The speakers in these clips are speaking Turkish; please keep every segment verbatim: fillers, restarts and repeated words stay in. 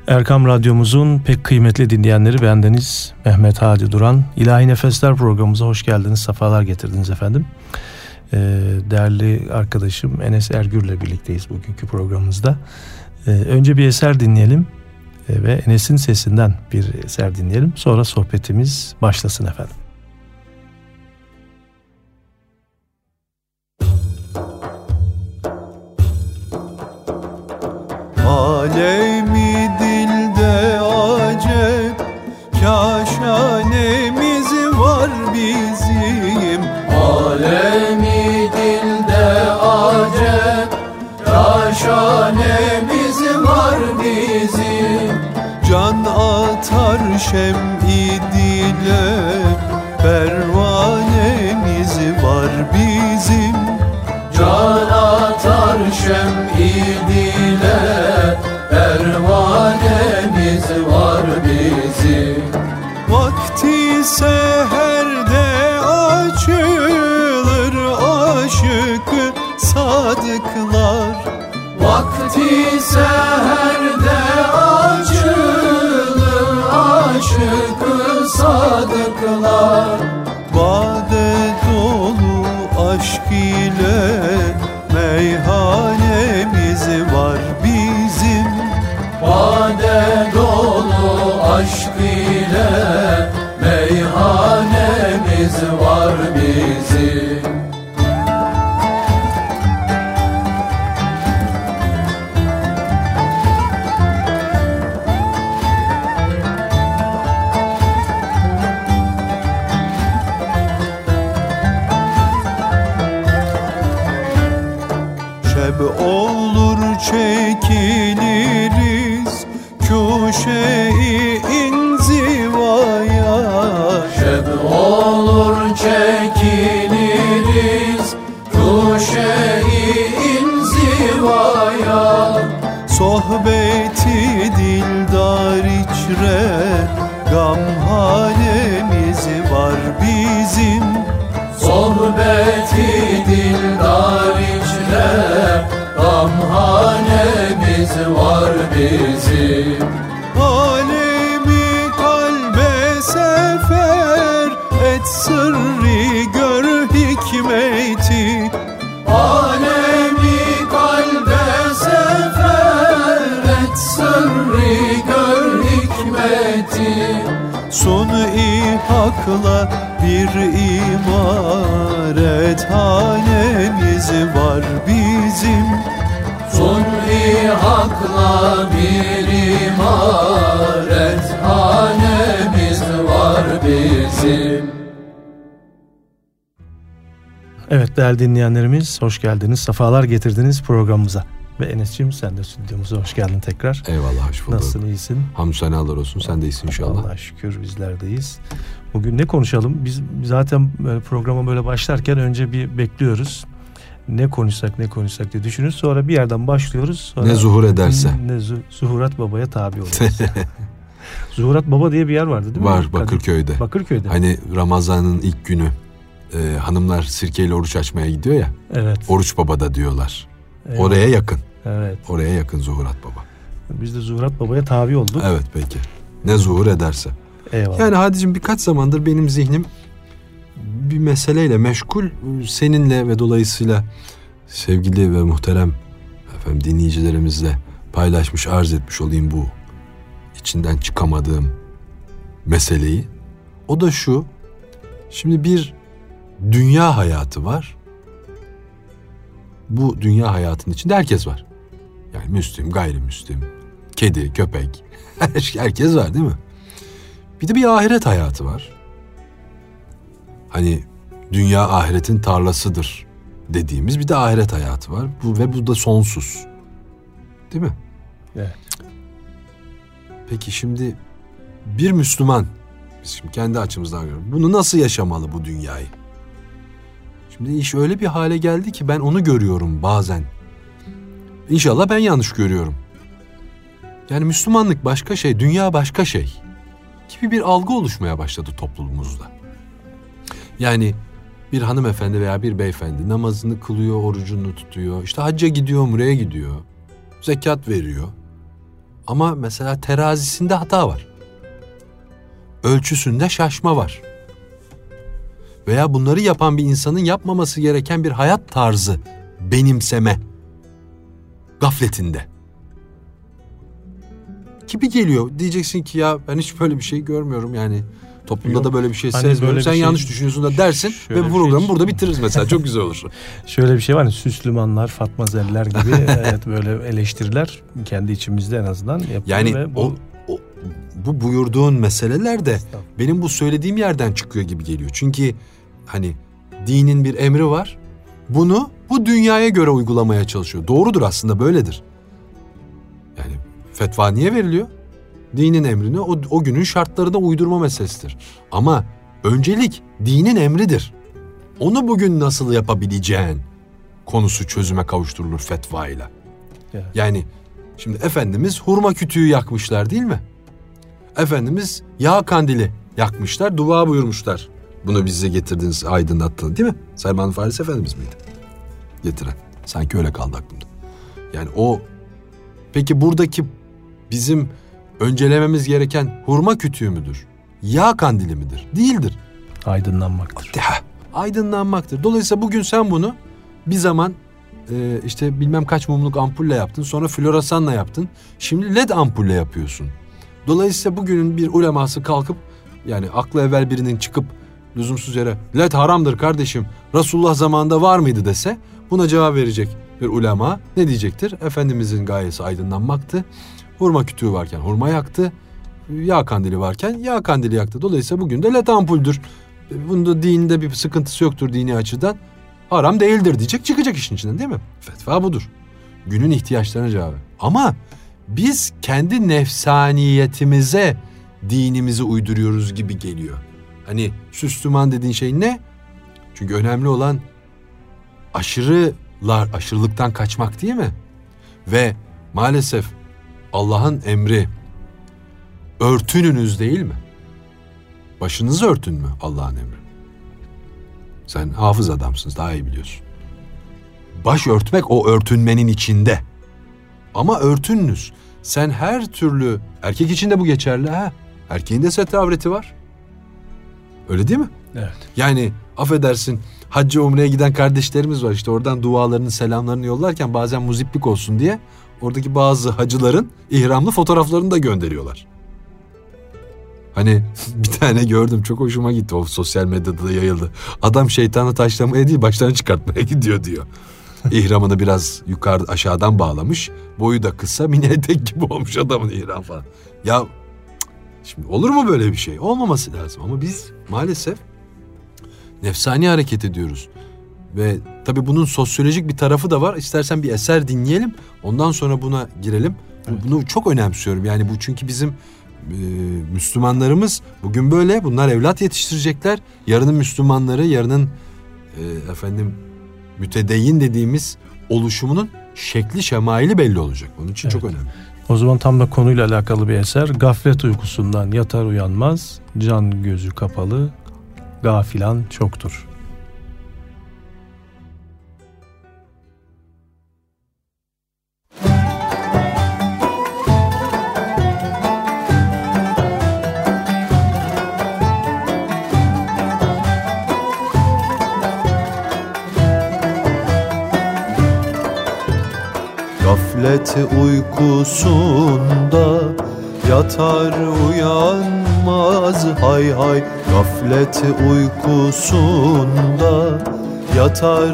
Erkam Radyomuzun pek kıymetli dinleyenleri, bendeniz Mehmet Hadi Duran. İlahi Nefesler programımıza hoş geldiniz, sefalar getirdiniz efendim. Ee, değerli arkadaşım Enes Ergür'le birlikteyiz bugünkü programımızda. Ee, önce bir eser dinleyelim ee, ve Enes'in sesinden bir eser dinleyelim. Sonra sohbetimiz başlasın efendim. Alemi dilde acep, kaşanemiz var bizim. Alemi dilde acep, kaşanemiz var bizim. Can atar şem-i dile, pervanemiz var bizim. Can atar şem-i dile, pervanemiz var bizim. Vakti seherde açılır aşık sadıklar. Vakti seherde açılır aşık sadıklar. Bade dolu aşk ile meyhanemiz var bizim. Bade dolu aşk ile meyhanemiz var bizim. Şeb olur çekiliriz köşe-i inzivaya. Şeb olur çekiliriz köşe-i inzivaya. Sohbeti dildar içre gamhanemiz var bizim. Sohbeti dildar içre gamhanemiz var bizim. Alemi kalbe sefer et, sırrı gör hikmeti. Alemi kalbe sefer et, sırrı gör hikmeti. Sun-i hakla bir imarethanemiz var bizim. Sun-i hakla bir imarethanemiz var bizim. Evet değerli dinleyenlerimiz, hoş geldiniz, sefalar getirdiniz programımıza. Ve Enes'ciğim, sen de stüdyomuza hoş geldin tekrar. Eyvallah, hoş bulduk. Nasılsın, iyisin? Hamdü senalar olsun, sen de iyisin inşallah. Allah'a şükür bizlerdeyiz. Bugün ne konuşalım? Biz zaten programa böyle başlarken önce bir bekliyoruz. Ne konuşsak ne konuşsak diye düşünürüz. Sonra bir yerden başlıyoruz. Sonra ne zuhur ederse. Ne zu- Zuhurat Baba'ya tabi oluruz. Zuhurat Baba diye bir yer vardı değil mi? Var, Bakırköy'de. Bakırköy'de. Hani Ramazan'ın ilk günü e, hanımlar sirkeyle oruç açmaya gidiyor ya. Evet. Oruç Baba da diyorlar. Eyvallah. Oraya yakın. Evet. Oraya yakın Zuhurat Baba. Biz de Zuhurat Baba'ya tabi olduk. Evet peki. Ne zuhur ederse. Eyvallah. Yani Hadicim, birkaç zamandır benim zihnim bir meseleyle meşgul. Seninle ve dolayısıyla sevgili ve muhterem efendim dinleyicilerimizle paylaşmış, arz etmiş olayım bu içinden çıkamadığım meseleyi. O da şu: şimdi bir dünya hayatı var. Bu dünya hayatının içinde herkes var. Yani Müslüm, gayrimüslim, kedi, köpek, herkes var değil mi? Bir de bir ahiret hayatı var. Hani dünya ahiretin tarlasıdır dediğimiz bir de ahiret hayatı var. Bu ve bu da sonsuz. Değil mi? Evet. Peki şimdi bir Müslüman, biz şimdi kendi açımızdan görüyoruz, bunu nasıl yaşamalı bu dünyayı? Şimdi iş öyle bir hale geldi ki ben onu görüyorum bazen. İnşallah ben yanlış görüyorum. Yani Müslümanlık başka şey, dünya başka şey gibi bir algı oluşmaya başladı toplumumuzda. Yani bir hanımefendi veya bir beyefendi namazını kılıyor, orucunu tutuyor, işte hacca gidiyor, umreye gidiyor, zekat veriyor. Ama mesela terazisinde hata var. Ölçüsünde şaşma var. Veya bunları yapan bir insanın yapmaması gereken bir hayat tarzı benimseme gafletinde gibi geliyor. Diyeceksin ki ya ben hiç böyle bir şey görmüyorum yani. Toplumda Yok, da böyle bir şey hani sezmiyorum. böyle Sen şey, yanlış düşünüyorsun da dersin ve bu programı şey, burada bitiririz mesela. Çok güzel olur. Şöyle bir şey var, hani Süslümanlar, Fatmazeller gibi evet, böyle eleştiriler kendi içimizde en azından yapılıyor. Yani ve bu... o, o bu buyurduğun meseleler de benim bu söylediğim yerden çıkıyor gibi geliyor. Çünkü hani dinin bir emri var. Bunu bu dünyaya göre uygulamaya çalışıyor. Doğrudur, aslında böyledir. Yani fetva niye veriliyor? Dinin emrini o, o günün şartlarına uydurma meselesidir. Ama öncelik dinin emridir. Onu bugün nasıl yapabileceğin konusu çözüme kavuşturulur fetvayla. Evet. Yani şimdi Efendimiz hurma kütüğü yakmışlar değil mi? Efendimiz yağ kandili yakmışlar, dua buyurmuşlar. Bunu bize getirdiniz, aydınlattınız değil mi? Salman Farisi Efendimiz miydi getiren? Sanki öyle kaldı aklımda. Yani o, peki buradaki bizim öncelememiz gereken hurma kütüğü müdür? Yağ kandili midir? Değildir. Aydınlanmaktır. Ya, aydınlanmaktır. Dolayısıyla bugün sen bunu bir zaman e, işte bilmem kaç mumluk ampulle yaptın, sonra floresanla yaptın. Şimdi led ampulle yapıyorsun. Dolayısıyla bugünün bir uleması kalkıp, yani aklı evvel birinin çıkıp lüzumsuz yere led haramdır kardeşim, Resulullah zamanında var mıydı dese, buna cevap verecek bir ulema ne diyecektir? Efendimizin gayesi aydınlanmaktı. Hurma kütüğü varken hurma yaktı. Yağ kandili varken yağ kandili yaktı. Dolayısıyla bugün de led ampuldür. Bunda dinde bir sıkıntısı yoktur dini açıdan. Haram değildir diyecek, çıkacak işin içinden değil mi? Fetva budur. Günün ihtiyaçlarına cevap. Ama biz kendi nefsaniyetimize dinimizi uyduruyoruz gibi geliyor. Hani Süslüman dediğin şey ne? Çünkü önemli olan aşırılar, aşırılıktan kaçmak değil mi? Ve maalesef Allah'ın emri örtününüz değil mi? Başınızı örtün mü Allah'ın emri? Sen hafız adamsın, daha iyi biliyorsun. Baş örtmek o örtünmenin içinde. Ama örtününüz. Sen her türlü, erkek için de bu geçerli ha. Erkeğin de setre avreti var. Öyle değil mi? Evet. Yani affedersin, hacca umreye giden kardeşlerimiz var. İşte oradan dualarını, selamlarını yollarken bazen muziplik olsun diye oradaki bazı hacıların ihramlı fotoğraflarını da gönderiyorlar. Hani bir tane gördüm, çok hoşuma gitti, o sosyal medyada da yayıldı. Adam şeytanı taşlamaya değil baştan çıkartmaya gidiyor diyor. İhramını biraz yukarı aşağıdan bağlamış. Boyu da kısa, mini etek gibi olmuş adamın ihram falan. Ya şimdi olur mu böyle bir şey? Olmaması lazım ama biz maalesef nefsani hareket ediyoruz. Ve tabii bunun sosyolojik bir tarafı da var. İstersen bir eser dinleyelim. Ondan sonra buna girelim. Evet. Bunu çok önemsiyorum. Yani bu çünkü bizim e, Müslümanlarımız bugün böyle. Bunlar evlat yetiştirecekler. Yarının Müslümanları, yarının e, efendim mütedeyyin dediğimiz oluşumunun şekli, şemaili belli olacak. Onun için evet. Çok önemli. O zaman tam da konuyla alakalı bir eser. Gaflet uykusundan yatar uyanmaz, can gözü kapalı, gafilan çoktur. Gaflet uykusunda yatar uyanmaz, hay hay. Gaflet uykusunda yatar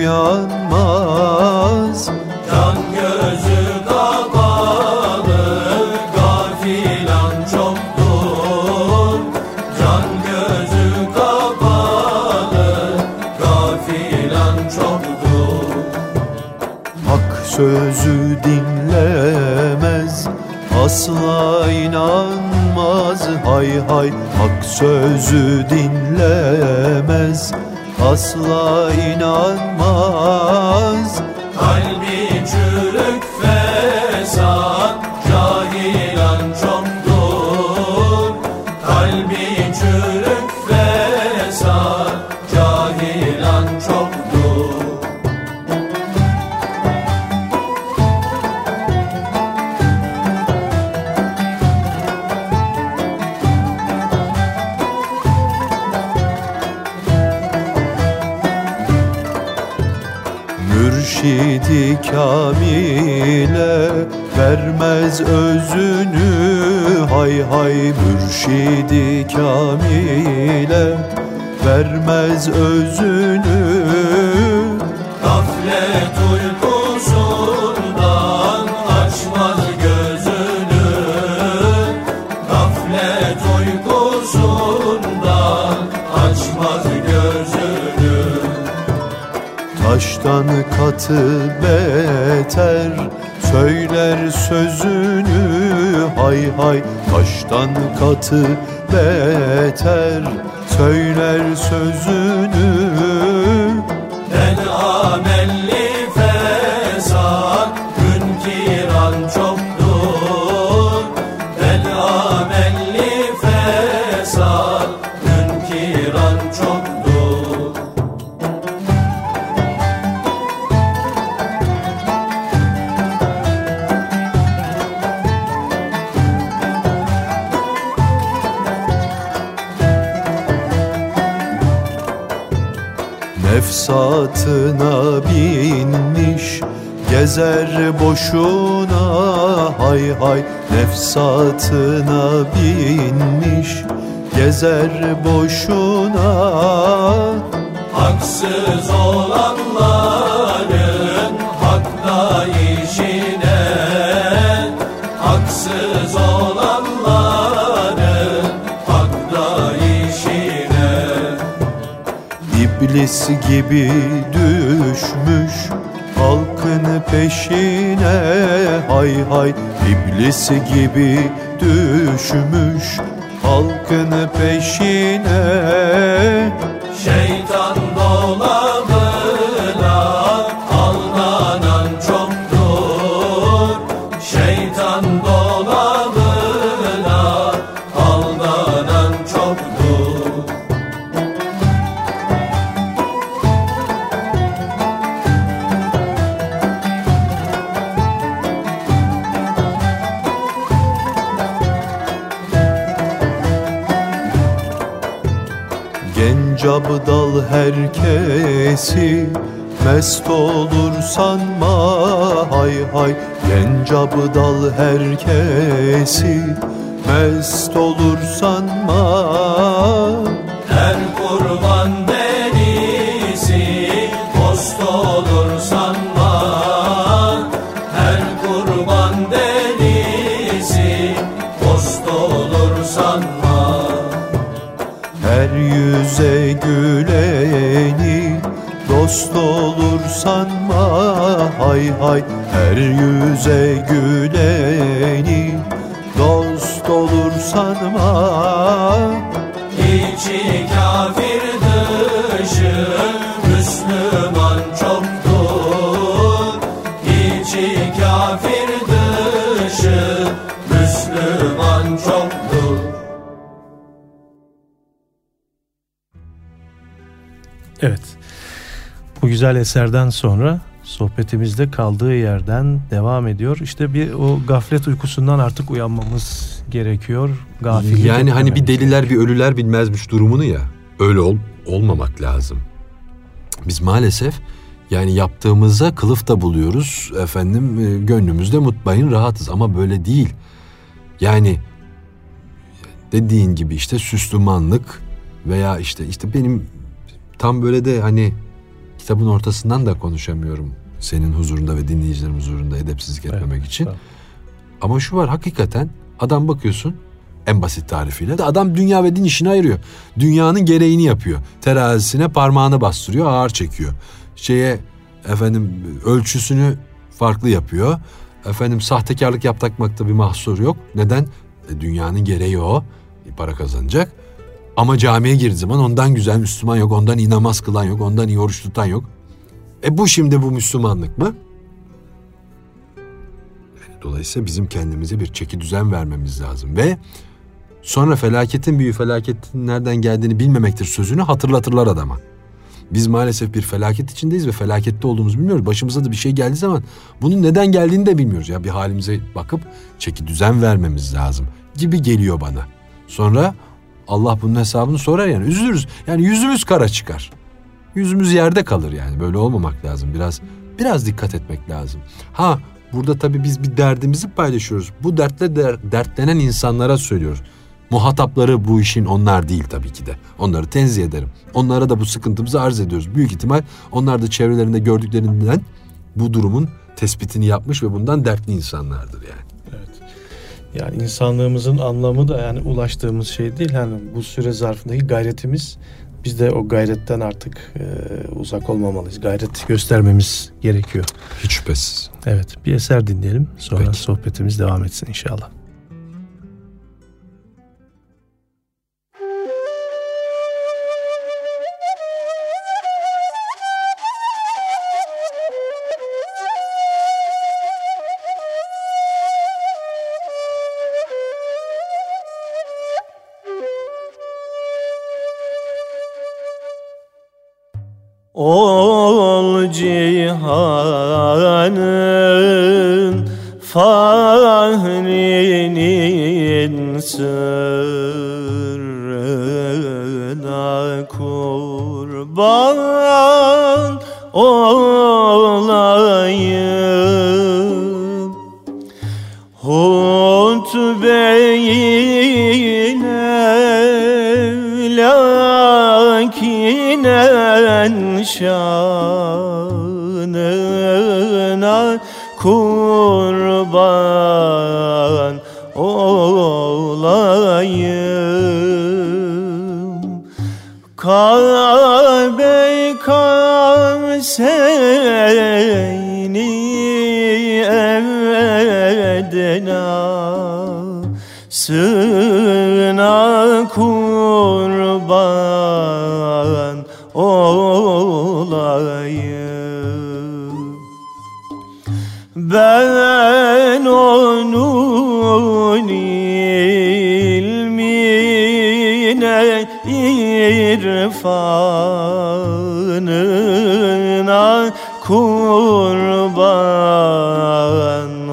uyanmaz. Can gözü kapalı, gafilan çoktur. Can gözü kapalı, gafilan çoktur. Hak sözü dinlemez, asla inanmaz, hay hay. Hak sözü dinlemez, asla inanmaz. Kalbi çürük fesat, cahilan çoktur. Kalbi çürük fesat, cahilan çoktur. mürşidi kamile vermez özünü, hay hay mürşidi kamile vermez özünü. Gaflet uykusundan açmaz gözünü, gaflet uykusundan açmaz gözünü. Taştan katı beter söyler sözünü, hay hay taştan katı beter söyler sözünü. Ben amelli fesat münkiran çoktur, ben amelli fesat münkiran çoktur. Nefsatına binmiş gezer boşuna, hay hay nefsatına binmiş gezer boşuna. Haksız olanların hakta işine, haksız olanların hakta işine. İblis gibi düşmüş halkın peşine, hay hay İblis gibi düşmüş halkın peşine. Şeytan dolabına aldanan çoktur, şeytan dolabına aldanan çoktur. Genç abdal herkesi mest olur sanma, hay hay genç abdal herkesi mest olur sanma. Her kurban derisi dost olur sanma, her kurban derisi dost olur sanma. Her yüze güleni dost olur sanma, hay hay her yüze güleni dost olur sanma. İçi kafir dışı Müslüman çoktur, İçi kafir dışı Müslüman çoktur. Evet, bu güzel eserden sonra sohbetimizde kaldığı yerden devam ediyor. İşte bir o gaflet uykusundan artık uyanmamız gerekiyor. Gafillik yani hani bir etmemek deliler bir ölüler bilmezmiş durumunu ya. Öyle ol, olmamak lazım. Biz maalesef yani yaptığımıza kılıf da buluyoruz. Efendim e, gönlümüzde mutmain rahatız ama böyle değil. Yani dediğin gibi işte Süslümanlık veya işte işte benim tam böyle de hani kitabın ortasından da konuşamıyorum. Senin huzurunda ve dinleyicilerin huzurunda edepsizlik etmemek Evet, için. tamam. Ama şu var, hakikaten adam bakıyorsun en basit tarifiyle de adam dünya ve din işini ayırıyor. Dünyanın gereğini yapıyor. Terazisine parmağını bastırıyor, ağır çekiyor. Şeye efendim ölçüsünü farklı yapıyor. Efendim sahtekarlık yapmakta bir mahsur yok. Neden? E, dünyanın gereği o. E, para kazanacak. Ama camiye girdiği zaman ondan güzel Müslüman yok, ondan iyi namaz kılan yok, ondan iyi oruç tutan yok. E bu şimdi bu Müslümanlık mı? Dolayısıyla bizim kendimize bir çeki düzen vermemiz lazım ve sonra felaketin büyüğü felaketin nereden geldiğini bilmemektir sözünü hatırlatırlar adama. Biz maalesef bir felaket içindeyiz ve felakette olduğumuzu bilmiyoruz. Başımıza da bir şey geldiği zaman bunun neden geldiğini de bilmiyoruz. Ya bir halimize bakıp çeki düzen vermemiz lazım gibi geliyor bana. Sonra Allah bunun hesabını sorar, yani üzülürüz. Yani yüzümüz kara çıkar. Yüzümüz yerde kalır yani. Böyle olmamak lazım. Biraz Biraz dikkat etmek lazım. Ha burada tabii biz bir derdimizi paylaşıyoruz. Bu dertle der, dertlenen insanlara söylüyoruz. Muhatapları bu işin onlar değil tabii ki de. Onları tenzih ederim. Onlara da bu sıkıntımızı arz ediyoruz. Büyük ihtimal onlar da çevrelerinde gördüklerinden bu durumun tespitini yapmış ve bundan dertli insanlardır yani. Evet. Yani insanlığımızın anlamı da yani ulaştığımız şey değil. Yani bu süre zarfındaki gayretimiz, biz de o gayretten artık e, uzak olmamalıyız. Gayret göstermemiz gerekiyor. Hiç şüphesiz. Evet, bir eser dinleyelim. Sonra Peki. sohbetimiz devam etsin inşallah. Ol cihanın fahrinin sırrına kurban olayım. Hutbe-i lakinen şanına kurban olayım. Kabe Kavseyni evdena sına kurban olayım. Ben onun ilmine, irfanına kurban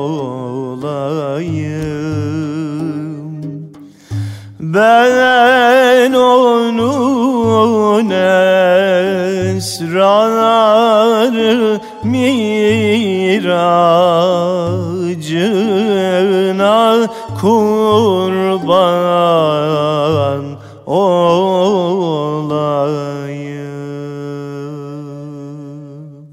olayım. Ben onun esrarı miracına kurban olayım.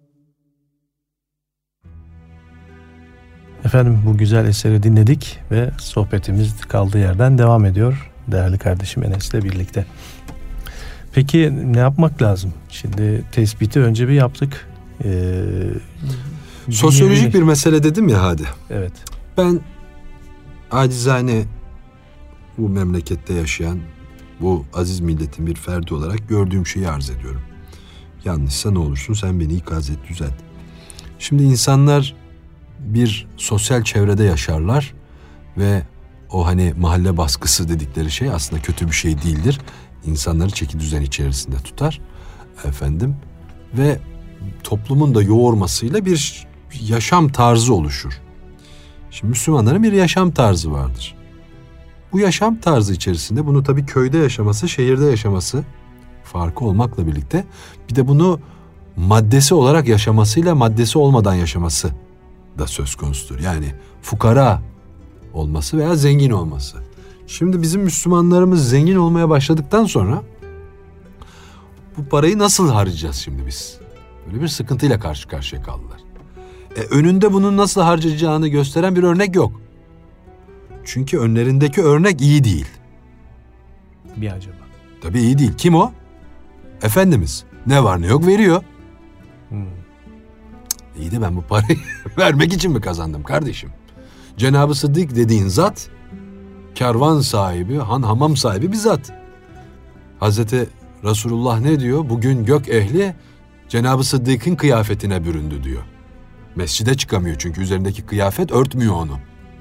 Efendim, bu güzel eseri dinledik ve sohbetimiz kaldığı yerden devam ediyor değerli kardeşim Enes'le birlikte. Peki ne yapmak lazım? Şimdi tespiti önce bir yaptık. Ee, Sosyolojik bir mesele dedim ya hadi. Evet. Ben acizane bu memlekette yaşayan bu aziz milletin bir ferdi olarak gördüğüm şeyi arz ediyorum. Yanlışsa ne olursun sen beni ikaz et, düzelt. Şimdi insanlar bir sosyal çevrede yaşarlar ve o hani mahalle baskısı dedikleri şey aslında kötü bir şey değildir. İnsanları çeki düzen içerisinde tutar efendim ve toplumun da yoğurmasıyla bir yaşam tarzı oluşur. Şimdi Müslümanların bir yaşam tarzı vardır. Bu yaşam tarzı içerisinde bunu tabii köyde yaşaması, şehirde yaşaması farkı olmakla birlikte bir de bunu maddesi olarak yaşamasıyla maddesi olmadan yaşaması da söz konusudur. Yani fukara olması veya zengin olması. Şimdi bizim Müslümanlarımız zengin olmaya başladıktan sonra bu parayı nasıl harcayacağız şimdi biz? Böyle bir sıkıntıyla karşı karşıya kaldılar. E, önünde bunun nasıl harcayacağını gösteren bir örnek yok. Çünkü önlerindeki örnek iyi değil. Bir acaba. Tabii iyi değil. Kim o? Efendimiz. Ne var ne yok veriyor. Hmm. İyi de ben bu parayı vermek için mi kazandım kardeşim? Cenab-ı Sıddık dediğin zat, kervan sahibi, han hamam sahibi bir zat. Hazreti Resulullah ne diyor? Bugün gök ehli Cenab-ı Sıddık'ın kıyafetine büründü diyor. Mescide çıkamıyor çünkü üzerindeki kıyafet örtmüyor onu.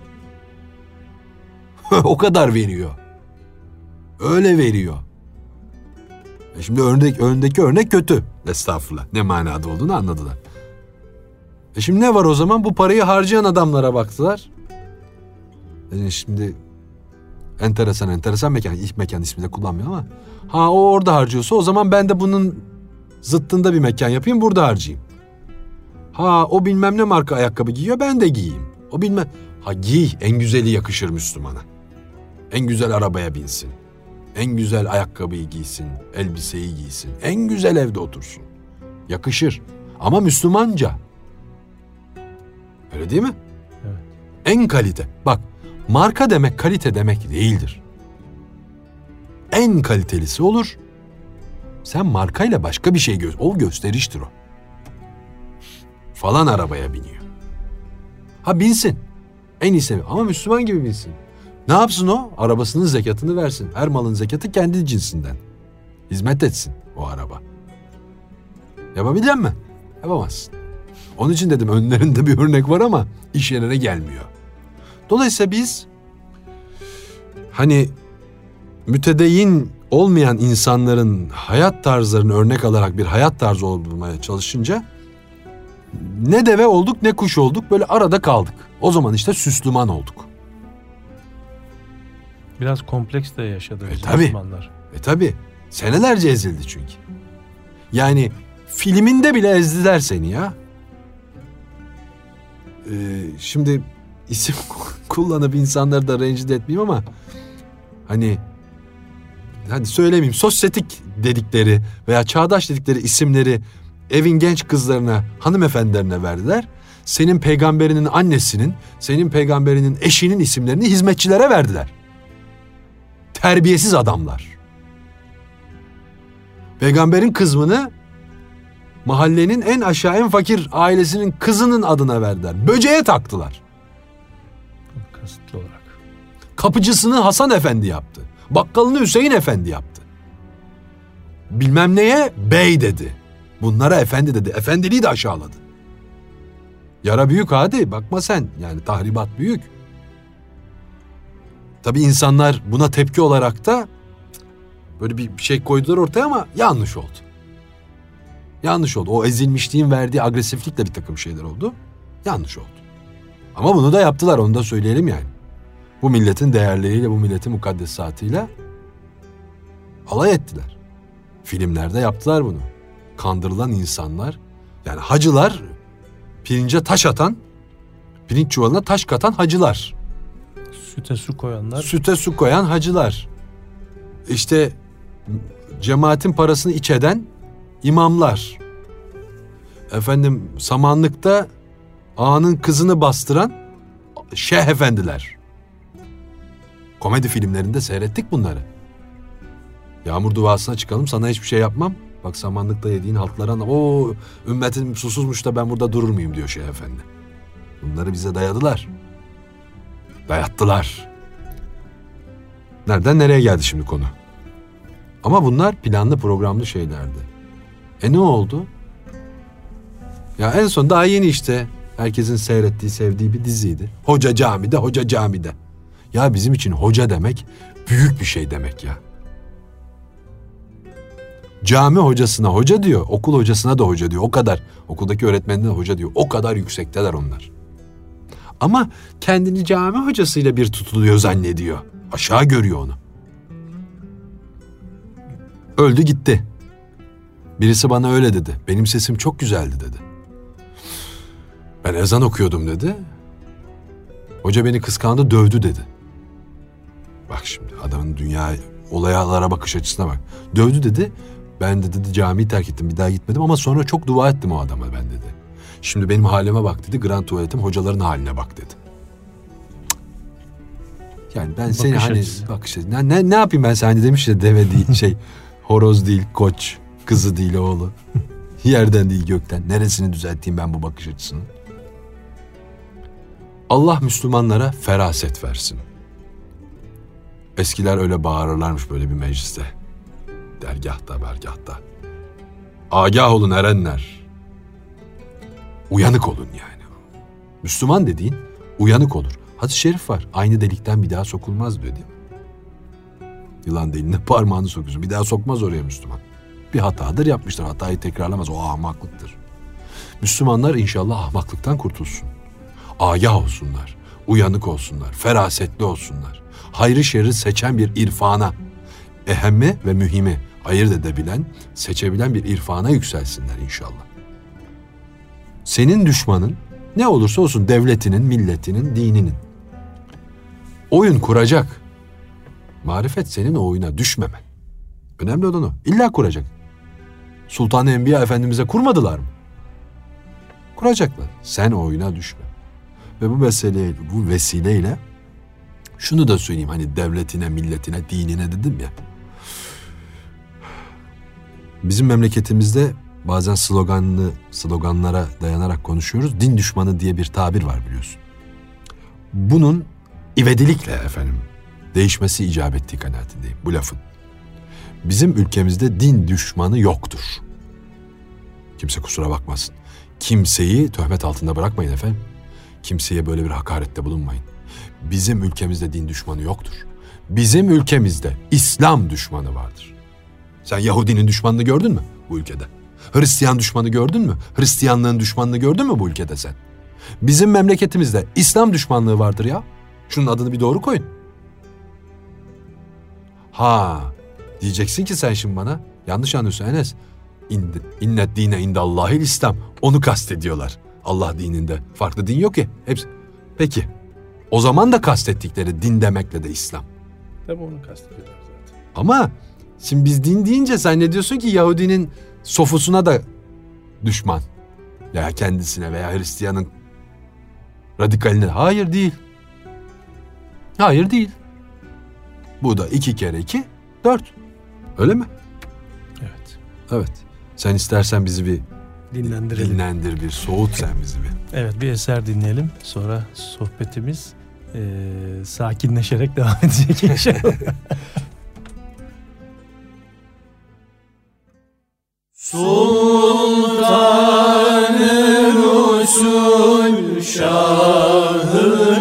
O kadar veriyor. Öyle veriyor. E şimdi örnek, öndeki örnek kötü. Estağfurullah. Ne manada olduğunu anladılar. E şimdi ne var o zaman? Bu parayı harcayan adamlara baktılar. E şimdi enteresan enteresan mekan. İlk mekan ismi de kullanmıyor ama. Ha o orada harcıyorsa o zaman ben de bunun zıttında bir mekan yapayım, burada harcayayım. Ha o bilmem ne marka ayakkabı giyiyor, ben de giyeyim. O bilmem... Ha giy, en güzeli yakışır Müslümana. En güzel arabaya binsin. En güzel ayakkabıyı giysin, elbiseyi giysin. En güzel evde otursun. Yakışır. Ama Müslümanca. Öyle değil mi? Evet. En kalite. Bak, marka demek kalite demek değildir. En kalitelisi olur. Sen markayla başka bir şey gö... O gösteriştir o. Falan arabaya biniyor. Ha binsin. En iyisi. Ama Müslüman gibi binsin. Ne yapsın o? Arabasının zekatını versin. Her malın zekatı kendi cinsinden. Hizmet etsin o araba. Yapabilir mi? Yapamazsın. Onun için dedim önlerinde bir örnek var ama iş yerine gelmiyor. Dolayısıyla biz hani mütedeyyin olmayan insanların hayat tarzlarını örnek alarak bir hayat tarzı olmaya çalışınca ne deve olduk ne kuş olduk, böyle arada kaldık. O zaman işte Süslüman olduk. Biraz kompleks de yaşadı E tabii. Müslümanlar. E tabii. Senelerce ezildi çünkü. Yani filminde bile ezdiler seni ya. Ee, şimdi isim kullanıp insanları da rencide etmeyeyim ama hani hadi söylemeyeyim, sosyetik dedikleri veya çağdaş dedikleri isimleri evin genç kızlarına, hanımefendilerine verdiler. Senin peygamberinin annesinin, senin peygamberinin eşinin isimlerini hizmetçilere verdiler. Terbiyesiz adamlar. Peygamberin kızını mahallenin en aşağı en fakir ailesinin kızının adına verdiler. Böceğe taktılar. Kasıtlı olarak. Kapıcısını Hasan Efendi yaptı. Bakkalını Hüseyin Efendi yaptı. Bilmem neye bey dedi. Bunlara efendi dedi. Efendiliği de aşağıladı. Yara büyük hadi, bakma sen. Yani tahribat büyük. Tabii insanlar buna tepki olarak da böyle bir şey koydular ortaya ama yanlış oldu. Yanlış oldu. O ezilmişliğin verdiği agresiflikle bir takım şeyler oldu. Yanlış oldu. Ama bunu da yaptılar, onu da söyleyelim yani. Bu milletin değerleriyle, bu milletin mukaddesatıyla alay ettiler. Filmlerde yaptılar bunu. Kandırılan insanlar, yani hacılar, pirince taş atan, pirinç çuvalına taş katan hacılar. Süte su koyanlar. Süte su koyan hacılar. İşte cemaatin parasını iç eden imamlar. Efendim samanlıkta ağanın kızını bastıran şeyh efendiler. Komedi filmlerinde seyrettik bunları. Yağmur duasına çıkalım, sana hiçbir şey yapmam. Bak samanlıkta yediğin haltlara, o ümmetin susuzmuş da ben burada durur muyum diyor şeyh efendi. Bunları bize dayadılar. Dayattılar. Nereden nereye geldi şimdi konu? Ama bunlar planlı programlı şeylerdi. E ne oldu? Ya en son daha yeni işte herkesin seyrettiği, sevdiği bir diziydi. Hoca camide, hoca camide. Ya bizim için hoca demek büyük bir şey demek ya. Cami hocasına hoca diyor, okul hocasına da hoca diyor. O kadar. Okuldaki öğretmenine de hoca diyor. O kadar yüksekteler onlar. Ama kendini cami hocasıyla bir tutuluyor zannediyor. Aşağı görüyor onu. Öldü gitti. Birisi bana öyle dedi. Benim sesim çok güzeldi dedi. Ben ezan okuyordum dedi. Hoca beni kıskandı, dövdü dedi. Bak şimdi adamın dünya olaylara bakış açısına bak. Dövdü dedi. Ben de dedi camiyi terk ettim, bir daha gitmedim ama sonra çok dua ettim o adama ben dedi. Şimdi benim halime bak dedi. Grand tuvaletim hocaların haline bak dedi. Yani ben bakış seni hani açısı. Bakış ne, ne ne yapayım ben seni demiş ya, deve değil şey horoz değil koç, kızı değil oğlu. Yerden değil gökten. Neresini düzelteyim ben bu bakış açısını? Allah Müslümanlara feraset versin. Eskiler öyle bağırırlarmış böyle bir mecliste. Dergahta, bergahta. Agah olun erenler. Uyanık olun yani. Müslüman dediğin uyanık olur. Hadis-i şerif var. Aynı delikten bir daha sokulmaz diyor değil mi? Yılan deliğine parmağını sokuyorsun. Bir daha sokmaz oraya Müslüman. Bir hatadır yapmıştır. Hatayı tekrarlamaz. O ahmaklıktır. Müslümanlar inşallah ahmaklıktan kurtulsun. Agah olsunlar. Uyanık olsunlar. Ferasetli olsunlar. Hayrı şerri seçen bir irfana, ehemme ve mühimi ayırt edebilen, seçebilen bir irfana yükselsinler inşallah. senin düşmanın ne olursa olsun devletinin, milletinin, dininin oyun kuracak. Marifet senin o oyuna düşmemen. Önemli olan o. İlla kuracak. Sultan-ı Enbiya Efendimiz'e kurmadılar mı? Kuracaklar. Sen o oyuna düşme. Ve bu meseleyle, bu vesileyle şunu da söyleyeyim, hani devletine, milletine, dinine dedim ya. Bizim memleketimizde bazen sloganlı, sloganlara dayanarak konuşuyoruz. Din düşmanı diye bir tabir var biliyorsun. Bunun ivedilikle efendim değişmesi icap ettiği kanaatindeyim bu lafın. Bizim ülkemizde din düşmanı yoktur. Kimse kusura bakmasın. Kimseyi töhmet altında bırakmayın efendim. Kimseye böyle bir hakarette bulunmayın. Bizim ülkemizde din düşmanı yoktur. Bizim ülkemizde İslam düşmanı vardır. Sen Yahudinin düşmanını gördün mü bu ülkede? Hristiyan düşmanı gördün mü? Hristiyanlığın düşmanını gördün mü bu ülkede sen? Bizim memleketimizde İslam düşmanlığı vardır ya. Şunun adını bir doğru koyun. Ha, diyeceksin ki sen şimdi bana, yanlış anlıyorsun Enes. İnnet dine indallahil İslam. Onu kastediyorlar. Allah dininde. Farklı din yok ki. Hepsi. Peki. O zaman da kastettikleri din demekle de İslam. Tabii onu kastediyorlar zaten. Ama şimdi biz din deyince sen ne diyorsun ki Yahudinin sofusuna da düşman. Ya kendisine veya Hristiyanın radikaline. Hayır değil. Hayır değil. Bu da iki kere iki, dört. Öyle mi? Evet. Evet. Sen istersen bizi bir dinlendirelim. Dinlendir, bir soğut sen bizi bir. Evet, bir eser dinleyelim. Sonra sohbetimiz e, sakinleşerek devam edecek inşallah. Sultan-ı Rusul Şah-ı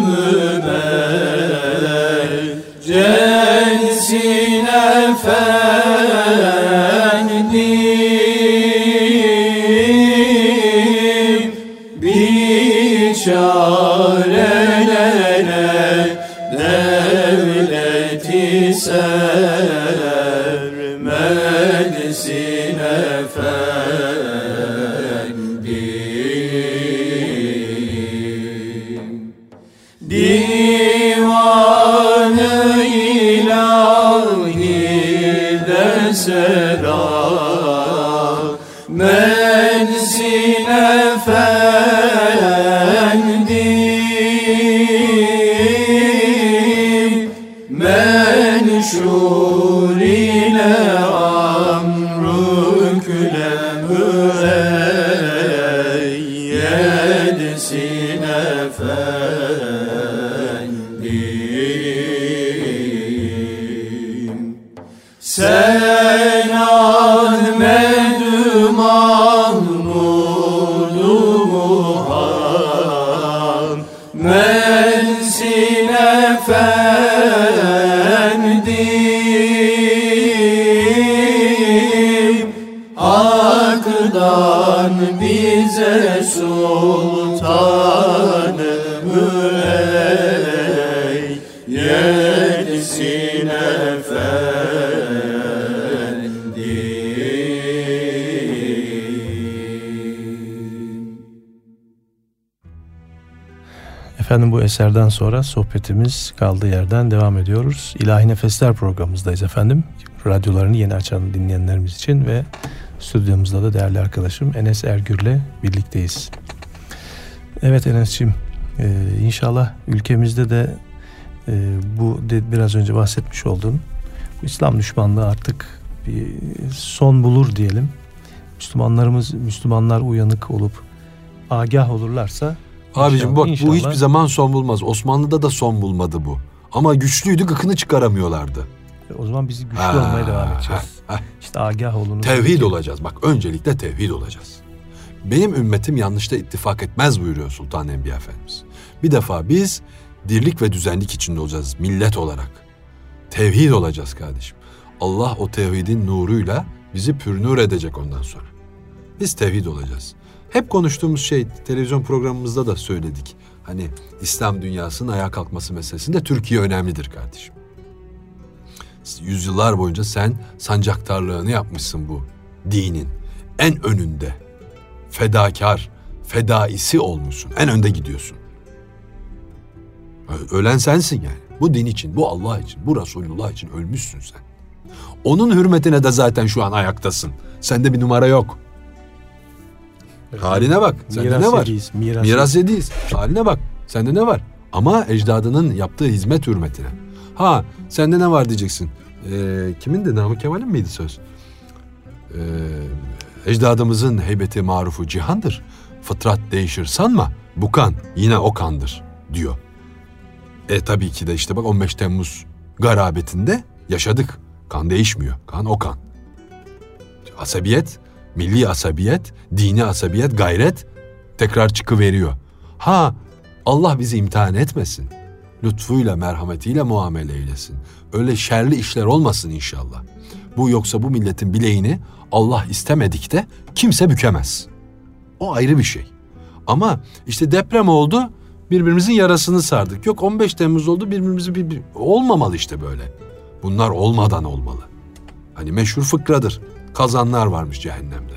Mümercensin efendim, biçarelere devleti sermedsin efendim. Divan-ı ilahi de serâmedsin efendim. Menşur ile amrükle müeyyedsin efendim. Sen Ahmed-ü Mahmud-u Muhammed'sin efendim. Hak'tan bize sultan-ı müeyyedsin efendim. Efendim, bu eserden sonra sohbetimiz kaldığı yerden devam ediyoruz. İlahi Nefesler programımızdayız efendim. Radyolarını yeni açan dinleyenlerimiz için ve stüdyomuzda da değerli arkadaşım Enes Ergür'le birlikteyiz. Evet Enes'ciğim, e, inşallah ülkemizde de e, bu de, biraz önce bahsetmiş olduğun bu İslam düşmanlığı artık bir son bulur diyelim. Müslümanlarımız, Müslümanlar uyanık olup agah olurlarsa abicim bak inşallah, bu hiçbir zaman son bulmaz. Osmanlı'da da son bulmadı bu. Ama güçlüydü, gıkını çıkaramıyorlardı. o zaman biz güçlü Ha, olmaya devam edeceğiz. ha, ha. İşte agah olunuz. Tevhid olacağız. Bak öncelikle tevhid olacağız. Benim ümmetim yanlışta ittifak etmez buyuruyor Sultan-ı Enbiya Efendimiz. Bir defa biz dirlik ve düzenlik içinde olacağız millet olarak. Tevhid olacağız kardeşim. Allah o tevhidin nuruyla bizi pürnür edecek ondan sonra. Biz tevhid olacağız. Hep konuştuğumuz şey, televizyon programımızda da söyledik. Hani İslam dünyasının ayağa kalkması meselesinde Türkiye önemlidir kardeşim. Yüzyıllar boyunca sen sancaktarlığını yapmışsın bu dinin. En önünde fedakar, fedaisi olmuşsun. En önde gidiyorsun. Ölen sensin yani. Bu din için, bu Allah için, bu Resulullah için ölmüşsün sen. Onun hürmetine de zaten şu an ayaktasın. Sende bir numara yok. Evet. Haline bak. Sende miras ne var? Yediyiz, miras, miras yediyiz. Haline bak. Sende ne var? Ama ecdadının yaptığı hizmet hürmetine. Ha, sende ne var diyeceksin. Ee, kimin de Namık Kemal'in miydi söz? Ee, ecdadımızın heybeti marufu cihandır. Fıtrat değişir sanma. Bu kan yine o kandır diyor. E tabii ki de işte bak on beş Temmuz garabetinde yaşadık. Kan değişmiyor. Kan o kan. Asabiyet, milli asabiyet, dini asabiyet, gayret tekrar çıkıveriyor. Ha, Allah bizi imtihan etmesin. Lütfuyla, merhametiyle muamele eylesin. Öyle şerli işler olmasın inşallah. Bu yoksa bu milletin bileğini Allah istemedik de kimse bükemez. O ayrı bir şey. Ama işte deprem oldu, birbirimizin yarasını sardık. Yok on beş Temmuz oldu, birbirimizi bir, bir... olmamalı işte böyle. Bunlar olmadan olmalı. Hani meşhur fıkradır. Kazanlar varmış cehennemde.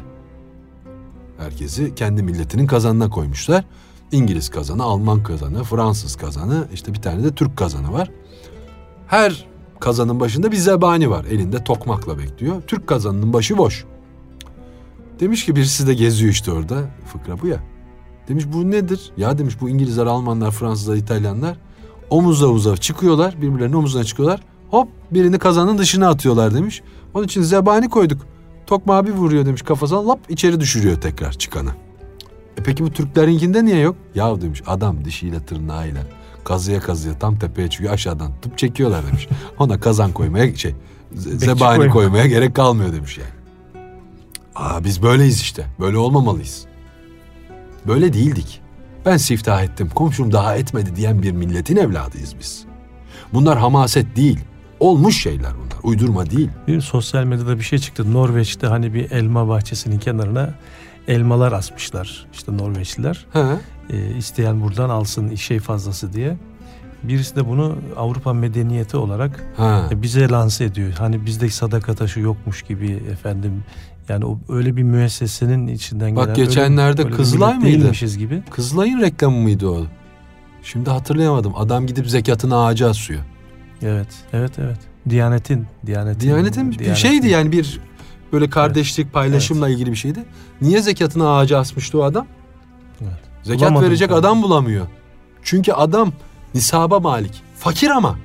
Herkesi kendi milletinin kazanına koymuşlar. İngiliz kazanı, Alman kazanı, Fransız kazanı, işte bir tane de Türk kazanı var. Her kazanın başında bir zebani var. Elinde tokmakla bekliyor. Türk kazanının başı boş. Demiş ki birisi de geziyor işte orada. Fıkra bu ya. Demiş bu nedir? Ya demiş bu İngilizler, Almanlar, Fransızlar, İtalyanlar omuzla omuza çıkıyorlar. Birbirlerinin omuzuna çıkıyorlar. Hop birini kazanın dışına atıyorlar demiş. Onun için zebani koyduk. Tokmağı bir vuruyor demiş kafasına, lap içeri düşürüyor tekrar çıkanı. E peki bu Türklerinkinde niye yok? Ya demiş adam dişiyle tırnağıyla kazıya kazıya tam tepeye çıkıyor, aşağıdan tutup çekiyorlar demiş. Ona kazan koymaya şey zebani koyma. koymaya gerek kalmıyor demiş yani. Aa biz böyleyiz işte. Böyle olmamalıyız. Böyle değildik. Ben siftah ettim, komşum daha etmedi diyen bir milletin evladıyız biz. Bunlar hamaset değil. Olmuş şeyler bunlar. Uydurma değil. Bir sosyal medyada bir şey çıktı. Norveç'te hani bir elma bahçesinin kenarına elmalar asmışlar. İşte Norveçliler. He. E, isteyen buradan alsın şey fazlası diye. Birisi de bunu Avrupa medeniyeti olarak e, bize lanse ediyor. Hani bizde sadaka taşı yokmuş gibi efendim. Yani o öyle bir müessesenin içinden gelen. Bak geçenlerde öyle, öyle Kızılay mıydı? Değilmişiz gibi. Kızılay'ın reklamı mıydı o? Şimdi hatırlayamadım. Adam gidip zekatını ağaca asıyor. Evet, evet, evet. Diyanetin, Diyanetin. Diyanetin bir Diyanetin. şeydi yani bir böyle kardeşlik, evet, paylaşımla evet. ilgili bir şeydi. Niye zekatını ağaca asmıştı o adam? Evet. Zekat Bulamadım verecek tabii. adam bulamıyor. Çünkü adam nisaba malik. Fakir ama.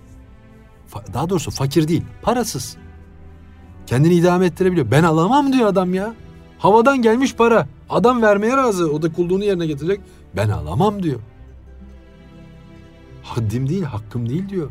Daha doğrusu fakir değil, parasız. Kendini idame ettirebiliyor. Ben alamam diyor adam ya. Havadan gelmiş para. Adam vermeye razı. O da kulluğunu yerine getirecek. Ben alamam diyor. Haddim değil, hakkım değil diyor.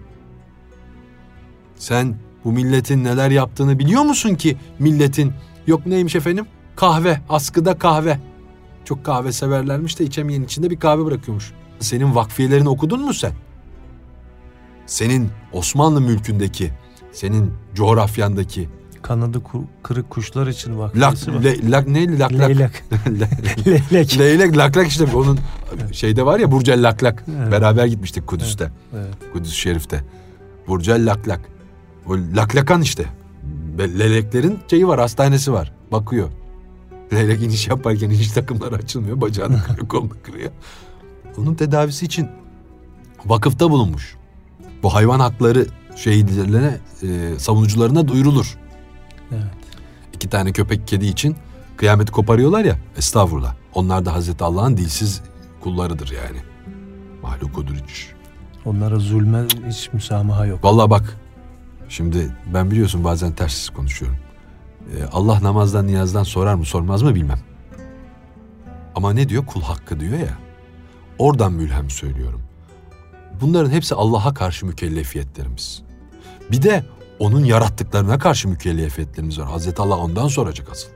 Sen bu milletin neler yaptığını biliyor musun ki milletin? Yok neymiş efendim? Kahve, askıda kahve. Çok kahve severlermiş de içemeyen içinde bir kahve bırakıyormuş. Senin vakfiyelerini okudun mu sen? Senin Osmanlı mülkündeki, senin coğrafyandaki kanadı kırık kuşlar için vakfiyesi lak, var. Le, lak neydi? Lak, Leylek. Leylek. Leylek, laklak işte onun şeyde var ya Burcel Laklak. Evet. Beraber gitmiştik Kudüs'te. Evet, evet. Kudüs Şerif'te. Burcel Laklak. O laklakan işte. Leyleklerin şeyi var, hastanesi var. Bakıyor. Leylek iniş yaparken iniş takımları açılmıyor. Bacağını kırıyor, kolunu kırıyor. Onun tedavisi için vakıfta bulunmuş. Bu hayvan hakları şehitlerine, e, savunucularına duyurulur. Evet. İki tane köpek kedi için kıyameti koparıyorlar ya, estağfurullah. Onlar da Hazreti Allah'ın dilsiz kullarıdır yani. Mahlukudur hiç. Onlara zulme hiç müsamaha yok. Vallahi bak, şimdi ben biliyorsun bazen ters konuşuyorum. Ee, Allah namazdan niyazdan sorar mı sormaz mı bilmem. Ama ne diyor? Kul hakkı diyor ya. Oradan mülhem söylüyorum. Bunların hepsi Allah'a karşı mükellefiyetlerimiz. Bir de onun yarattıklarına karşı mükellefiyetlerimiz var. Hazreti Allah ondan soracak asıl.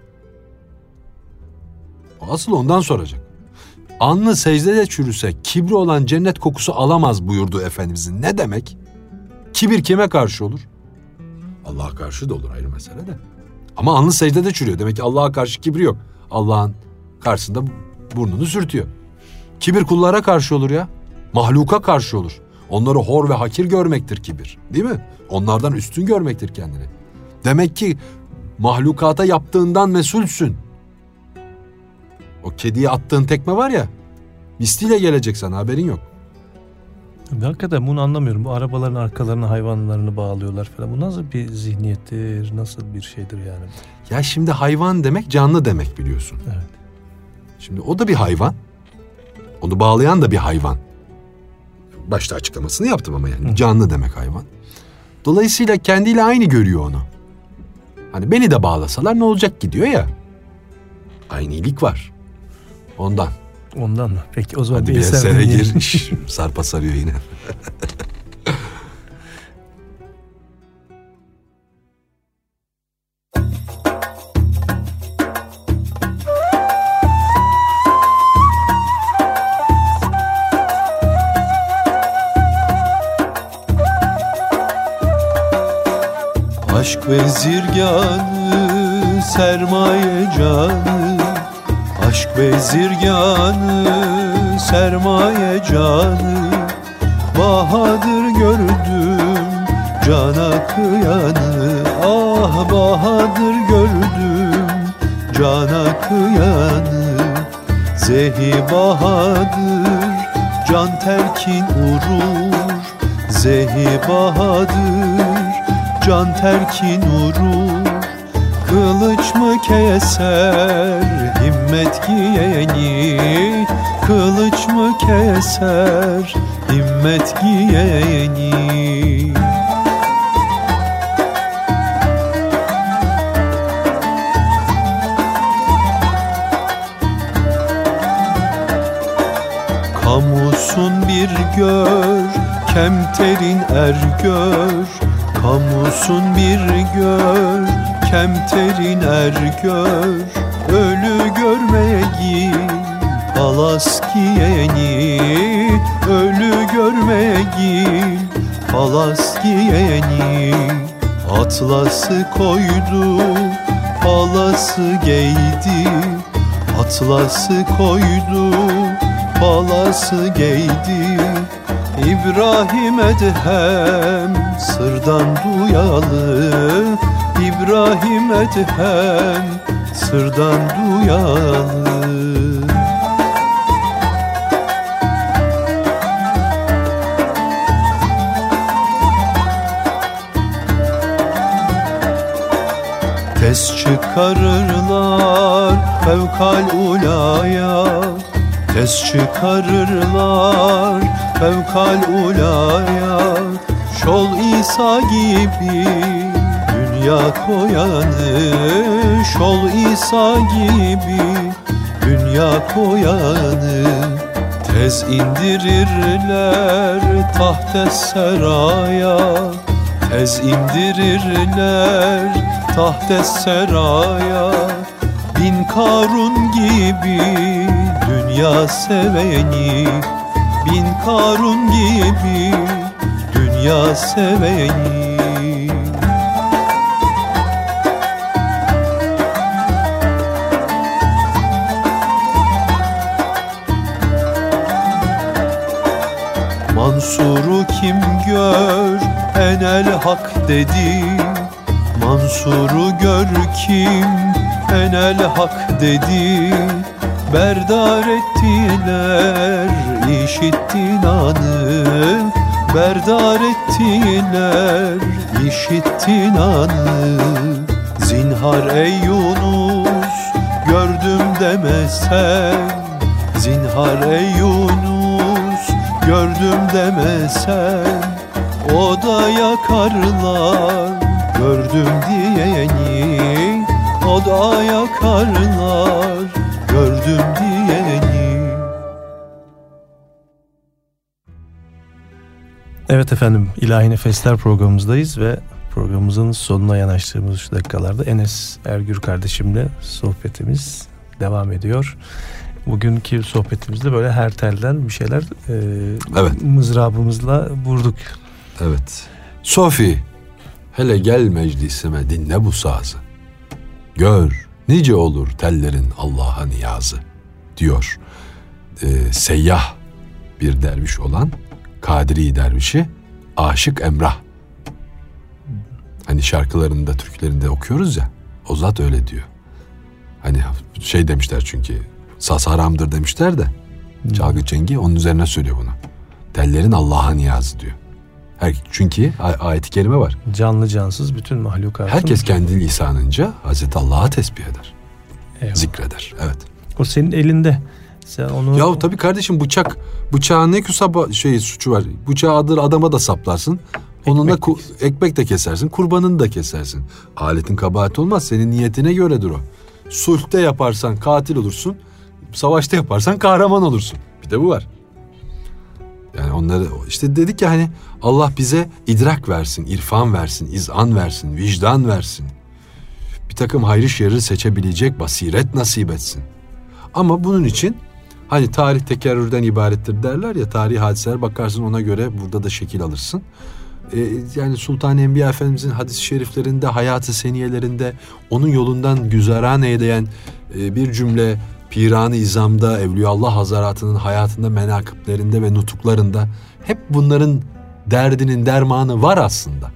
O asıl ondan soracak. Alnı secdede çürüse kibri olan cennet kokusu alamaz buyurdu Efendimizin. Ne demek? Kibir kime karşı olur? Allah'a karşı da olur, ayrı mesele de. Ama alnı secdede çürüyor. Demek ki Allah'a karşı kibri yok. Allah'ın karşısında burnunu sürtüyor. Kibir kullara karşı olur ya. Mahluka karşı olur. Onları hor ve hakir görmektir kibir. Değil mi? Onlardan üstün görmektir kendini. Demek ki mahlukata yaptığından mesulsün. O kediye attığın tekme var ya, misliyle gelecek sana, haberin yok. Hakikaten bunu anlamıyorum. Bu arabaların arkalarına hayvanlarını bağlıyorlar falan. Bu nasıl bir zihniyettir, nasıl bir şeydir yani? Ya şimdi hayvan demek canlı demek, biliyorsun. Evet. Şimdi o da bir hayvan. Onu bağlayan da bir hayvan. Başta açıklamasını yaptım ama yani. Hı. Canlı demek hayvan. Dolayısıyla kendiyle aynı görüyor onu. Hani beni de bağlasalar ne olacak ki diyor ya. Aynilik var. Ondan. Ondan mı? Peki o zaman hadi bir bir eser esere gir. Sarpa sarıyor yine. Aşk vezirganı, sermaye canı, aşk vezirganı, sermaye canı, bahadır gördüm cana kıyanı, ah bahadır gördüm cana kıyanı, zehi bahadır can terkin urur, zehi bahadır can terkin urur, kılıç mı keser himmet giyeni, kılıç mı keser himmet giyeni. Kamusun bir gör, kemterin er gör, kamusun bir gör, kemterin er gör, ölü görmeye git palas giyeni, ölü görmeye git palas giyeni. Atlası koydu, palası giydi, atlası koydu, palası giydi. İbrahim Edhem sırdan duyalı, İbrahim Edhem sırdan duyalı. Tez çıkarırlar fevkal ulaya, tez çıkarırlar fevkal ulaya. Şol İsa gibi dünya koyanı, şol İsa gibi dünya koyanı. Tez indirirler tahte seraya, tez indirirler tahte seraya. Bin Karun gibi dünya seveni, bin Karun gibi dünya seveni. Mansur'u kim gör enel hak dedi, Mansur'u gör kim enel hak dedi. Berdar ettiler işittin anı, berdar ettiler işittin anı. Zinhar ey Yunus gördüm demesen, zinhar ey Yunus gördüm demesen. O da yakarlar gördüm diyeni, o da yakarlar gördüm diyeni. Evet efendim, İlahi Nefesler programımızdayız ve programımızın sonuna yanaştığımız şu dakikalarda Enes Ergür kardeşimle sohbetimiz devam ediyor. Bugünkü sohbetimizde böyle her telden bir şeyler e, evet. mızrabımızla vurduk. Evet. Sofi, hele gel meclisime dinle bu sazı. Gör nice olur tellerin Allah'a niyazı diyor. Ee, seyyah bir derviş olan Kadiri dervişi Aşık Emrah. Hani şarkılarında, türkülerinde okuyoruz ya, o zat öyle diyor. Hani şey demişler çünkü Saz haramdır demişler de. Hmm. Çalgı çengi onun üzerine söylüyor bunu. Tellerin Allah'a niyazı diyor. Her, çünkü ayet-i kerime var. Canlı cansız bütün mahlukatın. Herkes kendi lisanınca Hazreti Allah'a tesbih eder. Eyvallah. Zikreder. Evet. O senin elinde. Sen onu... Ya tabii kardeşim bıçak, bıçağın ne kusaba şey suçu var. Bıçağı adır adama da saplarsın. Onunla ekmek, ku, ekmek de kesersin, kurbanını da kesersin. Aletin kabahati olmaz. Senin niyetine göredir o. Sulhte yaparsan katil olursun. Savaşta yaparsan kahraman olursun. Bir de bu var. Yani onları işte dedik ya hani Allah bize idrak versin, irfan versin, izan versin, vicdan versin. Bir takım hayrı şerri seçebilecek basiret nasip etsin. Ama bunun için hani tarih tekerrürden ibarettir derler ya, tarihi hadiseler bakarsın ona göre burada da şekil alırsın. Ee, yani Sultan-ı Enbiya Efendimizin hadis-i şeriflerinde, hayatı seniyelerinde onun yolundan güzeran eyleyen e, bir cümle Piran-ı İzam'da, Evliyaullah Hazaratının hayatında, menakıplerinde ve nutuklarında hep bunların derdinin dermanı var aslında.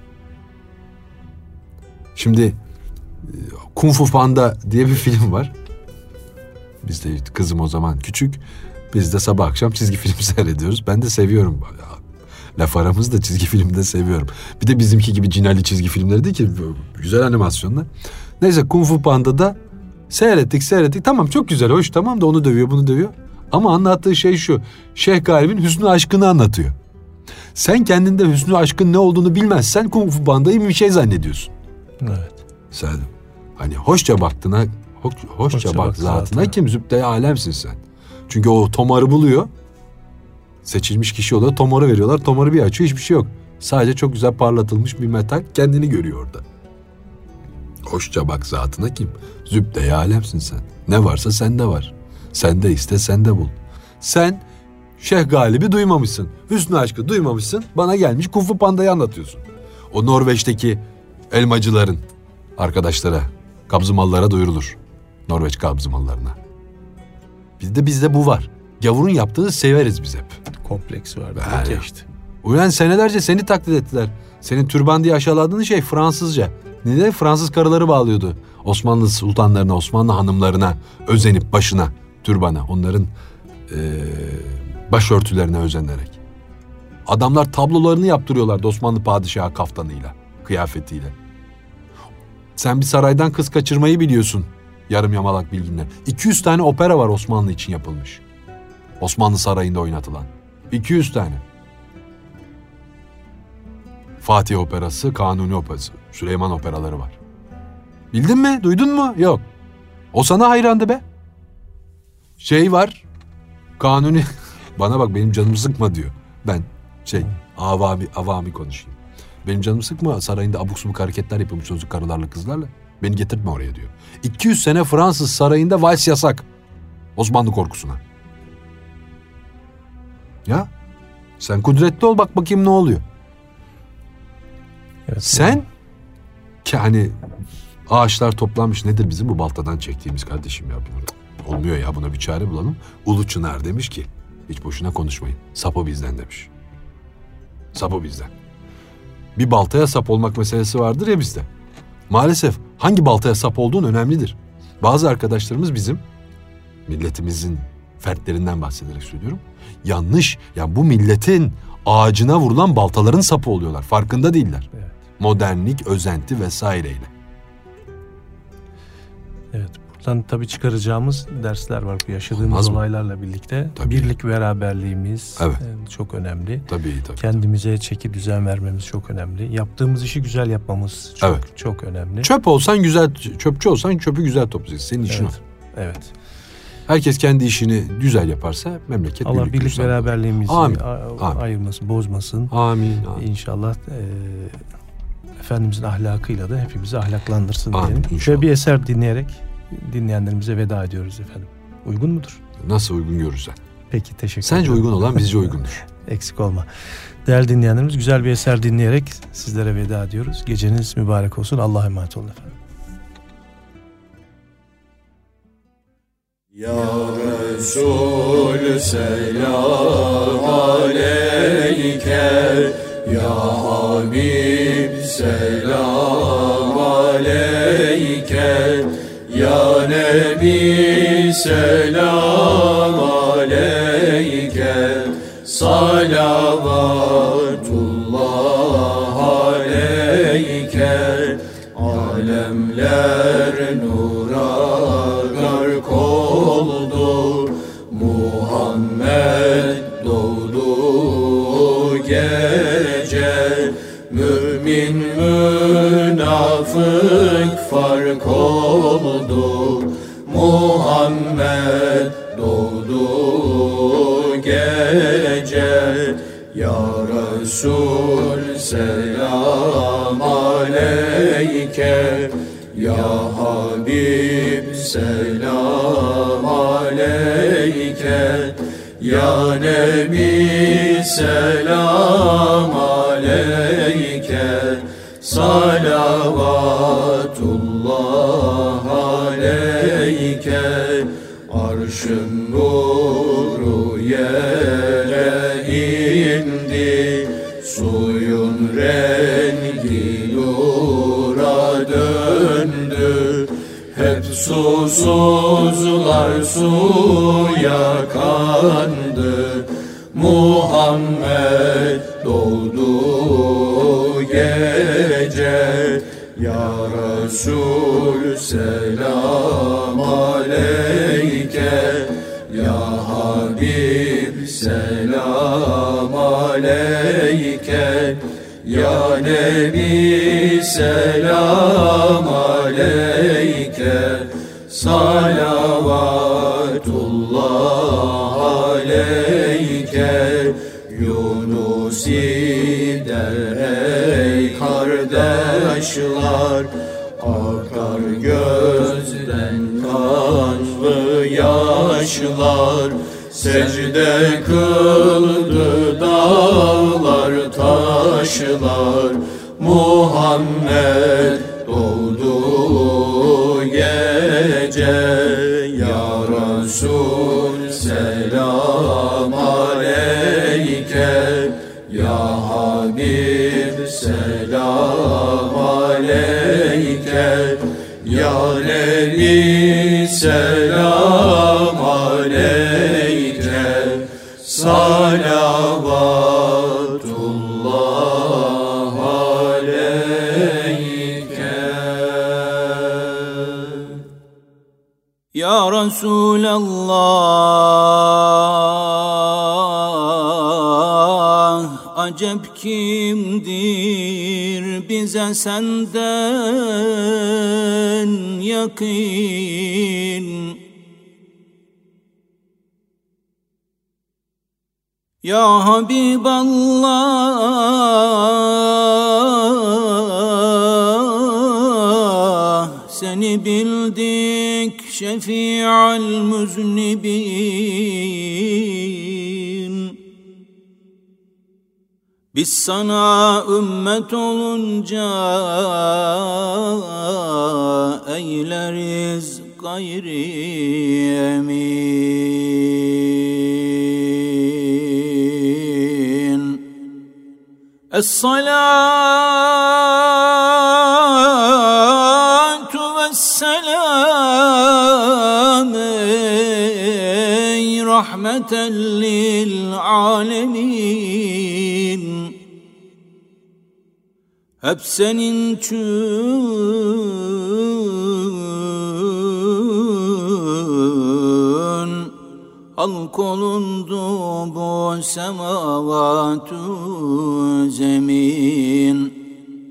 Şimdi Kung Fu Panda diye bir film var. Biz de kızım o zaman küçük. Biz de sabah akşam çizgi film seyrediyoruz. Ben de seviyorum. Laf aramızda çizgi filmi de seviyorum. Bir de bizimki gibi cinali çizgi filmleri değil ki. Güzel animasyonlar. Neyse Kung Fu Panda'da seyrettik seyrettik. Tamam çok güzel hoş tamam da onu dövüyor bunu dövüyor. Ama anlattığı şey şu. Şeyh Galip'in hüsnü aşkını anlatıyor. Sen kendinde hüsnü aşkın ne olduğunu bilmezsen Kung Fu Panda'yı bir şey zannediyorsun. Evet. Sen hani hoşça baktığına hoş, hoşça, hoşça bak, bak zatına, zatına kim zübde alemsin sen. Çünkü o tomarı buluyor. Seçilmiş kişi oluyor. Tomarı veriyorlar. Tomarı bir açıyor. Hiçbir şey yok. Sadece çok güzel parlatılmış bir metal kendini görüyor orada. Hoşça bak zatına kim? Zübde alemsin sen. Ne varsa sende var. Sende iste sende bul. Sen Şeyh Galip'i duymamışsın. Hüsnü aşkı duymamışsın. Bana gelmiş Kung Fu Panda'yı anlatıyorsun. O Norveç'teki elmacıların arkadaşlara, kabzımallara duyurulur. Norveç kabzımallarına. Bizde bizde bu var. Gavurun yaptığını severiz biz hep. Kompleksi var. Yani işte. Ulan senelerce seni taklit ettiler. Senin türban diye aşağıladığın şey Fransızca. Ne de Fransız karıları bağlıyordu. Osmanlı sultanlarına, Osmanlı hanımlarına özenip başına, türbana, onların ee, başörtülerine özenerek. Adamlar tablolarını yaptırıyorlardı Osmanlı padişahı kaftanıyla, kıyafetiyle. Sen bir saraydan kız kaçırmayı biliyorsun. Yarım yamalak bilginle. iki yüz tane opera var Osmanlı için yapılmış. Osmanlı sarayında oynatılan. iki yüz tane. Fatih Operası, Kanuni Operası, Süleyman Operaları var. Bildin mi? Duydun mu? Yok. O sana hayrandı be. Şey var. Kanuni. Bana bak benim canımı sıkma diyor. Ben şey avami, avami konuşayım. Benim canımı sıkma, sarayında abuk subuk hareketler yapıyormuş çocuk karılarla kızlarla. Beni getirtme oraya diyor. iki yüz sene Fransız sarayında vals yasak. Osmanlı korkusuna. Ya sen kudretli ol bak bakayım ne oluyor. Evet, sen yani. Ki hani ağaçlar toplanmış nedir bizim bu baltadan çektiğimiz kardeşim ya. Olmuyor ya buna bir çare bulalım. Ulu Çınar demiş ki hiç boşuna konuşmayın. Sapı bizden demiş. Sapı bizden. Bir baltaya sap olmak meselesi vardır ya bizde. Maalesef hangi baltaya sap olduğun önemlidir. Bazı arkadaşlarımız bizim milletimizin fertlerinden bahsederek söylüyorum. Yanlış yani bu milletin ağacına vurulan baltaların sapı oluyorlar. Farkında değiller. Evet. Modernlik, özenti vesaireyle. Evet. Buradan tabii çıkaracağımız dersler var. Bu yaşadığımız olaylarla birlikte. Tabii. Birlik beraberliğimiz evet. çok önemli. Tabii, tabii. Kendimize çeki düzen vermemiz çok önemli. Yaptığımız işi güzel yapmamız çok evet. çok önemli. Çöp olsan güzel, çöpçü olsan çöpü güzel toplayacaksın. Senin işin evet. o. Evet. Herkes kendi işini güzel yaparsa memleket Allah birlik, birlik beraberliğimizi amin. A- ayırmasın, bozmasın. Amin. amin. İnşallah e, Efendimizin ahlakıyla da hepimizi ahlaklandırsın amin, diyelim. inşallah. Şöyle bir eser dinleyerek dinleyenlerimize veda ediyoruz efendim. Uygun mudur? Nasıl uygun görürsen. Peki teşekkür ederim. Sence uygun olan bizce uygundur. Eksik olma. Değerli dinleyenlerimiz güzel bir eser dinleyerek sizlere veda ediyoruz. Geceniz mübarek olsun. Allah'a emanet olun efendim. Ya Resul selam aleyke, Ya Habib selam aleyke, Ya Nebi selam salavatullah aleyke. Alemler nura gark oldu, Muhammed doğdu gece. Mümin münafık fark oldu, Muhammed doğdu gece. Ya Resul selam aleyke, Ya Habib selam aleyke, Ya Nebi selam aleyke. Salavatullah aleyke. Arşın nuru yere indi, suyun rengi nura döndü. Hep susuzlar suya kandı, Muhammed doğdu gece. Ya Resul selam aleyke, Ya Habib selam aleyke, Ya Nebi selam aleyke. Salavatullah aleyke. Yunusi der ey kardeşler, akar gözden kanlı yaşlar. Secde kıldı dağlar taşlar, Muhammed doğdu gece. Ya Resul selam aleyke, Ya Habib selam aleyke, Ya Nebi selam aleyke. Salavatullah aleyke. Ya Resulallah, acep kimdir bize senden yakın? Ya Habiballah, seni bildik şefi'al müznibin. Biz sana ümmet olunca eyleriz gayri emin. Es-salatu vesselam ey rahmeten lil alemin. Hep senin için halk olundu bu semavatu zemin.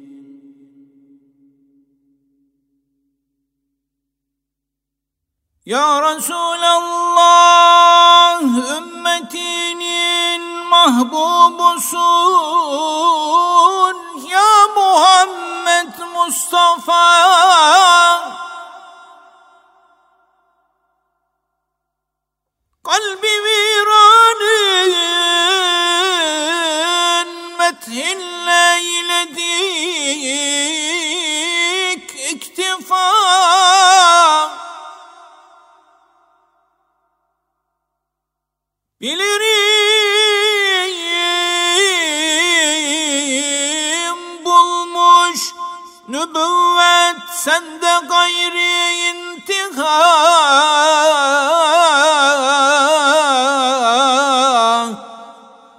Ya Resulallah, ümmetinin mahbubusun. Ya Muhammed Mustafa, kalbi viranın methinle eyledik iktifa. Bilirim bulmuş nübüvvet sende gayri intiha.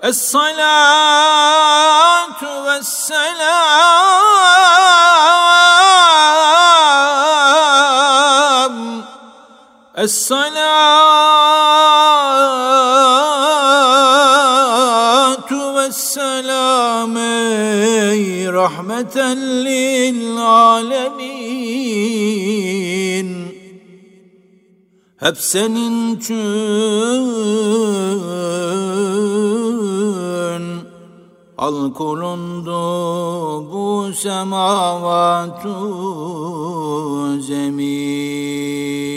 Es-salatu vesselam Es-salatu vesselam ey rahmeten lil alemin. Hep senin için al korundu bu semavatu zemin.